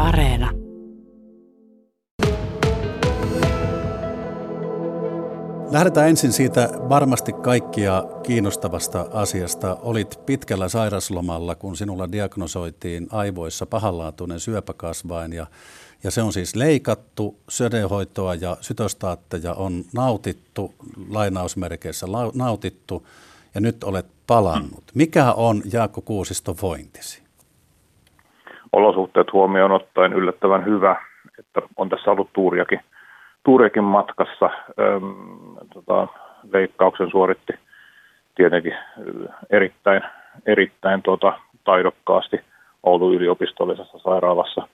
Areena. Lähdetään ensin siitä varmasti kaikkia kiinnostavasta asiasta. Olit pitkällä sairaslomalla, kun sinulla diagnosoitiin aivoissa pahanlaatuinen syöpäkasvain. Ja se on siis leikattu, södehoitoa ja sytostaatteja on nautittu, lainausmerkeissä nautittu, ja nyt olet palannut. Mikä on, Jaakko Kuusisto, vointisi? Olosuhteet huomioon ottaen yllättävän hyvä, että on tässä ollut tuuriakin matkassa. Leikkauksen suoritti tietenkin erittäin taidokkaasti Oulun yliopistollisessa sairaalassa.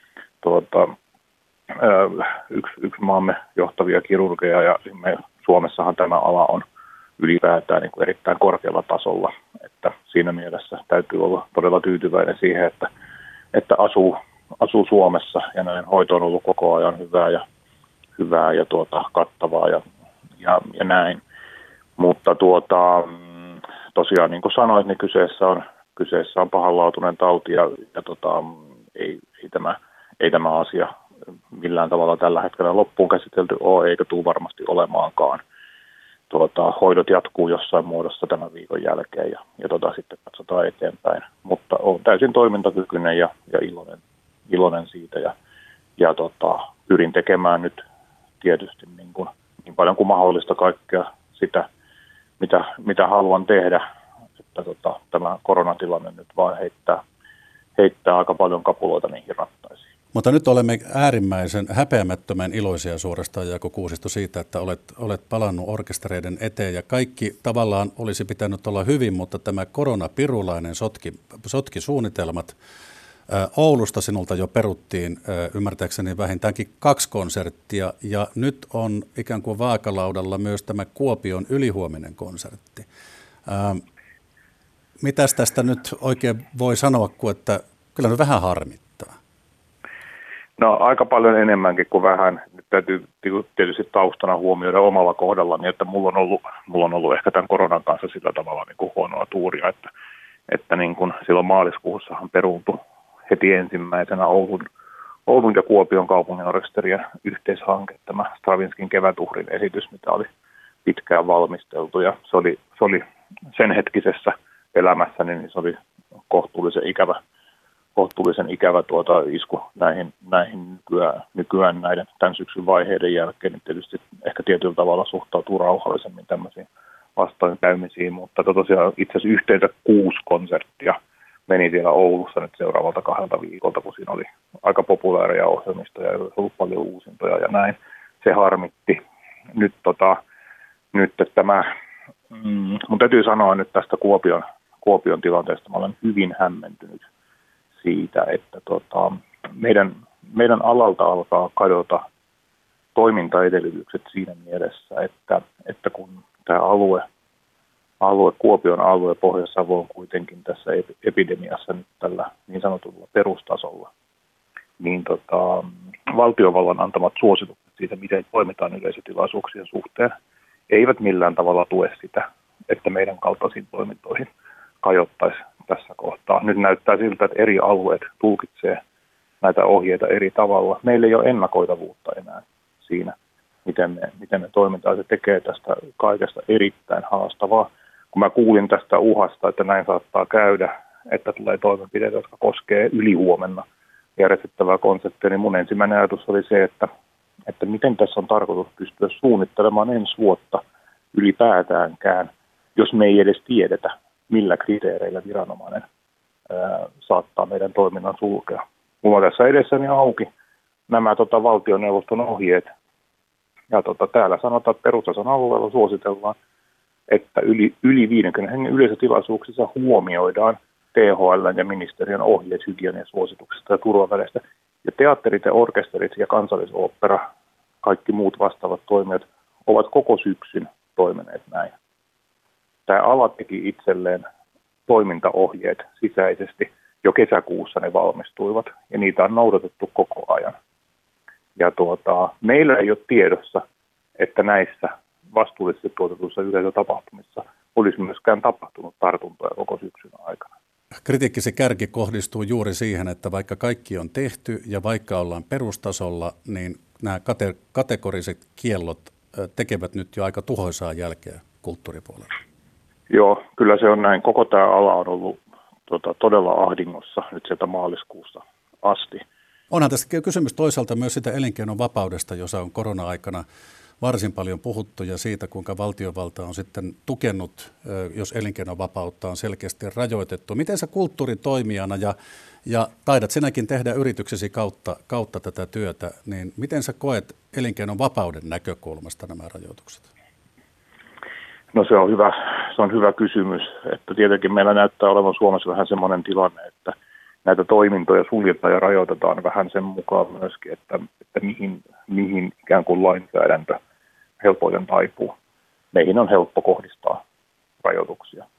Yksi maamme johtavia kirurgeja, ja Suomessahan tämä ala on ylipäätään niin kuin erittäin korkealla tasolla, että siinä mielessä täytyy olla todella tyytyväinen siihen, että asuu Suomessa, ja näin hoito on ollut koko ajan hyvää ja kattavaa ja näin. Mutta tosiaan niin kuin sanoit, niin kyseessä on pahanlaatuinen tauti, ja ei tämä asia millään tavalla tällä hetkellä loppuun käsitelty ole, eikä tule varmasti olemaankaan. Hoidot jatkuu jossain muodossa tämän viikon jälkeen, ja sitten katsotaan eteenpäin. Mutta olen täysin toimintakykyinen ja iloinen siitä, ja pyrin tekemään nyt tietysti niin paljon kuin mahdollista kaikkea sitä, mitä haluan tehdä, että tämä koronatilanne nyt vaan heittää aika paljon kapuloita niihin rattaisiin. Mutta nyt olemme äärimmäisen häpeämättömän iloisia suorastaan, Jaakko Kuusisto, siitä, että olet palannut orkestereiden eteen, ja kaikki tavallaan olisi pitänyt olla hyvin, mutta tämä koronapirulainen sotki suunnitelmat. Oulusta sinulta jo peruttiin ymmärtääkseni vähintäänkin 2 konserttia, ja nyt on ikään kuin vaakalaudalla myös tämä Kuopion ylihuominen konsertti. Mitäs tästä nyt oikein voi sanoa, kuin että kyllä nyt vähän harmittaa? No aika paljon enemmänkin kuin vähän. Nyt täytyy tietysti taustana huomioida omalla kohdallani, että mulla on ollut ehkä tämän koronan kanssa sillä tavalla niin kuin huonoa tuuria, että niin kuin silloin maaliskuussahan peruuntui heti ensimmäisenä Oulun ja Kuopion kaupunginorkesterien yhteishanke, tämä Stravinskin kevätuhrin esitys, mitä oli pitkään valmisteltu, ja se oli sen hetkisessä elämässäni, niin se oli kohtuullisen ikävä isku näihin nykyään näiden tämän syksyn vaiheiden jälkeen, niin tietysti ehkä tietyllä tavalla suhtautuu rauhallisemmin tämmöisiin vastoinkäymisiin, mutta tosiaan itse asiassa yhteensä 6 konserttia meni siellä Oulussa nyt seuraavalta 2 viikolta, kun siinä oli aika populaaria ohjelmistoja ja ollut paljon uusintoja ja näin. Se harmitti. Nyt mun täytyy sanoa nyt tästä Kuopion tilanteesta, mä olen hyvin hämmentynyt siitä, että meidän alalta alkaa kadota toimintaedellytykset siinä mielessä, että kun tämä Kuopion alue Pohjois-Savo on kuitenkin tässä epidemiassa nyt tällä niin sanotulla perustasolla, niin valtiovallan antamat suositukset siitä, miten toimitaan yleisötilaisuuksien suhteen, eivät millään tavalla tue sitä, että meidän kaltaisiin toimintoihin kajottaisiin tässä kohtaa. Nyt näyttää siltä, että eri alueet tulkitsee näitä ohjeita eri tavalla. Meillä ei ole ennakoitavuutta enää siinä, miten me toimitaan. Se tekee tästä kaikesta erittäin haastavaa. Kun mä kuulin tästä uhasta, että näin saattaa käydä, että tulee toimenpiteitä, jotka koskee ylihuomenna järjestettävää konserttia, niin mun ensimmäinen ajatus oli se, että miten tässä on tarkoitus pystyä suunnittelemaan ensi vuotta ylipäätäänkään, jos me ei edes tiedetä, millä kriteereillä viranomainen saattaa meidän toiminnan sulkea. Mulla on tässä edessäni auki nämä valtioneuvoston ohjeet, ja täällä sanotaan, että perustason alueella suositellaan, että yli 50 hengen yleisötilaisuuksissa huomioidaan THL ja ministeriön ohjeet hygieniasuosituksista ja turvaväleistä. Ja teatterit ja orkesterit ja kansallisooppera, kaikki muut vastaavat toimijat ovat koko syksyn toimineet näin. Tämä ala teki itselleen toimintaohjeet sisäisesti. Jo kesäkuussa ne valmistuivat, ja niitä on noudatettu koko ajan. Ja meillä ei ole tiedossa, että näissä vastuullisesti tuotetuissa yleisötapahtumissa olisi myöskään tapahtunut tartuntoja koko syksyn aikana. kritiikkisi kärki kohdistuu juuri siihen, että vaikka kaikki on tehty ja vaikka ollaan perustasolla, niin nämä kategoriset kiellot tekevät nyt jo aika tuhoisaa jälkeä kulttuuripuolella. Joo, kyllä se on näin. Koko tämä ala on ollut todella ahdingossa nyt sieltä maaliskuusta asti. Onhan tässä kysymys toisaalta myös sitä elinkeinon vapaudesta, jossa on korona-aikana varsin paljon puhuttu ja siitä, kuinka valtiovalta on sitten tukenut, jos elinkeinonvapautta on selkeästi rajoitettu. Miten sä kulttuuritoimijana ja taidat sinäkin tehdä yrityksesi kautta tätä työtä, niin miten sä koet elinkeinon vapauden näkökulmasta nämä rajoitukset? No se on hyvä kysymys, että tietenkin meillä näyttää olevan Suomessa vähän semmoinen tilanne, että näitä toimintoja suljetaan ja rajoitetaan vähän sen mukaan myöskin, että mihin ikään kuin lainsäädäntö helpoiten taipuu. Meihin on helppo kohdistaa rajoituksia.